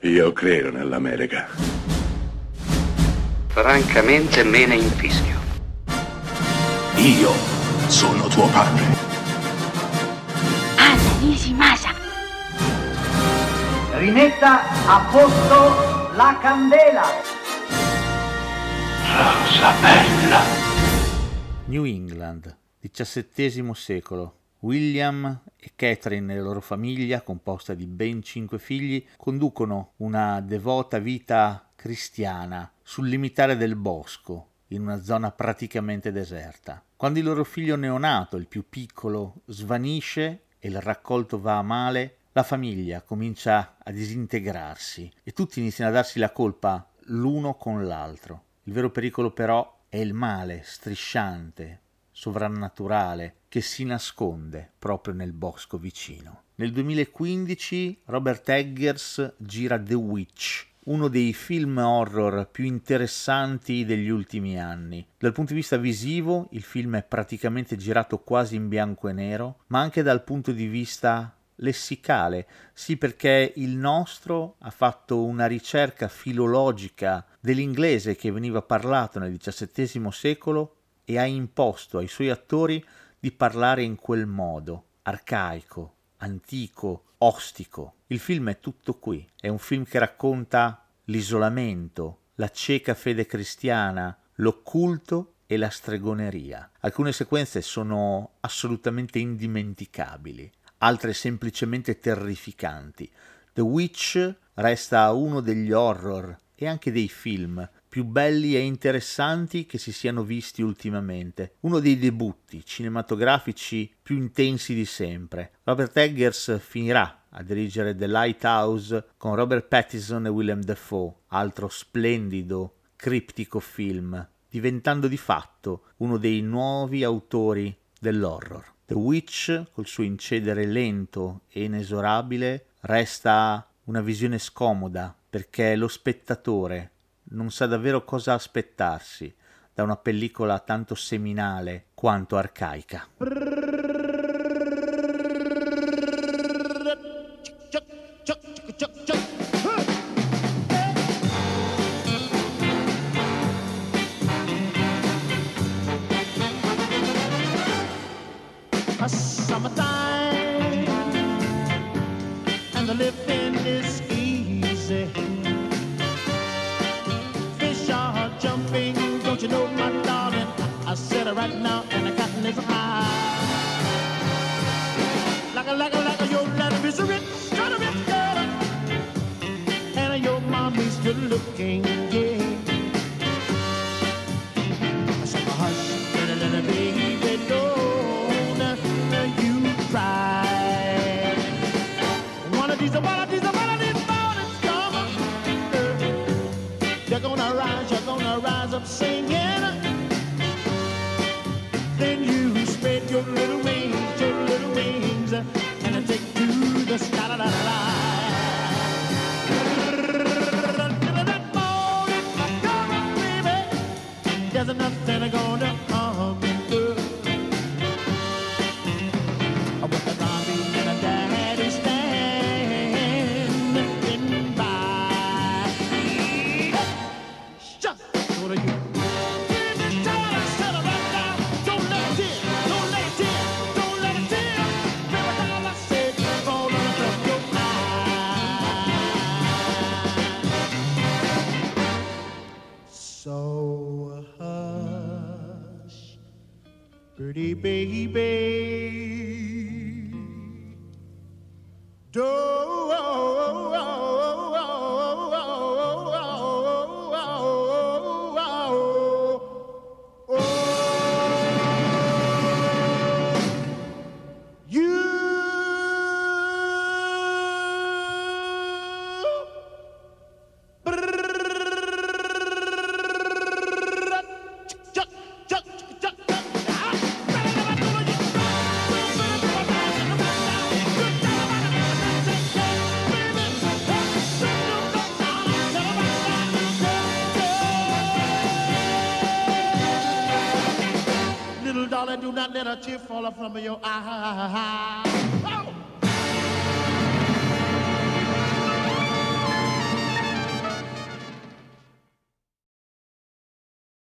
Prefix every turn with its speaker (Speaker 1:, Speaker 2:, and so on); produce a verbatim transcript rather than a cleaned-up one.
Speaker 1: Io credo nell'America.
Speaker 2: Francamente me ne infischio.
Speaker 3: Io sono tuo padre.
Speaker 4: Anna Nishimasa.
Speaker 5: Rimetta a posto la candela.
Speaker 1: Rosa bella.
Speaker 6: New England, diciassettesimo secolo. William e Catherine e la loro famiglia, composta di ben cinque figli, conducono una devota vita cristiana sul limitare del bosco, in una zona praticamente deserta. Quando il loro figlio neonato, il più piccolo, svanisce e il raccolto va a male, la famiglia comincia a disintegrarsi e tutti iniziano a darsi la colpa l'uno con l'altro. Il vero pericolo però è il male strisciante, sovrannaturale, che si nasconde proprio nel bosco vicino. Nel duemilaquindici Robert Eggers gira The Witch, uno dei film horror più interessanti degli ultimi anni. Dal punto di vista visivo, il film è praticamente girato quasi in bianco e nero, ma anche dal punto di vista lessicale, sì, perché il nostro ha fatto una ricerca filologica dell'inglese che veniva parlato nel diciassettesimo secolo e ha imposto ai suoi attori di parlare in quel modo, arcaico, antico, ostico. Il film è tutto qui, è un film che racconta l'isolamento, la cieca fede cristiana, l'occulto e la stregoneria. Alcune sequenze sono assolutamente indimenticabili, altre semplicemente terrificanti. The Witch resta uno degli horror e anche dei film più belli e interessanti che si siano visti ultimamente, uno dei debutti cinematografici più intensi di sempre. Robert Eggers finirà a dirigere The Lighthouse con Robert Pattinson e Willem Dafoe, altro splendido, criptico film, diventando di fatto uno dei nuovi autori dell'horror. The Witch, col suo incedere lento e inesorabile, resta una visione scomoda perché lo spettatore non sa davvero cosa aspettarsi da una pellicola tanto seminale quanto arcaica.
Speaker 7: Summertime and the living is easy. Fish are jumping, don't you know, my darling? I said it right now, and the cotton is high. Like a, like a, like a, your daddy is a rich, kind of rich girl, and your mommy's good looking, yeah. I said, hush, little, little baby, don't cry. One of these, one of these, one of these mornings come. You're gonna rise, you're gonna rise up singing. Then you spread your little wings, your little wings, and take to the sky. La, la, la, la. That morning, come on, baby. There's nothing gonna harm you. So hush, pretty baby, don't. Do not let a tear fall from your eye.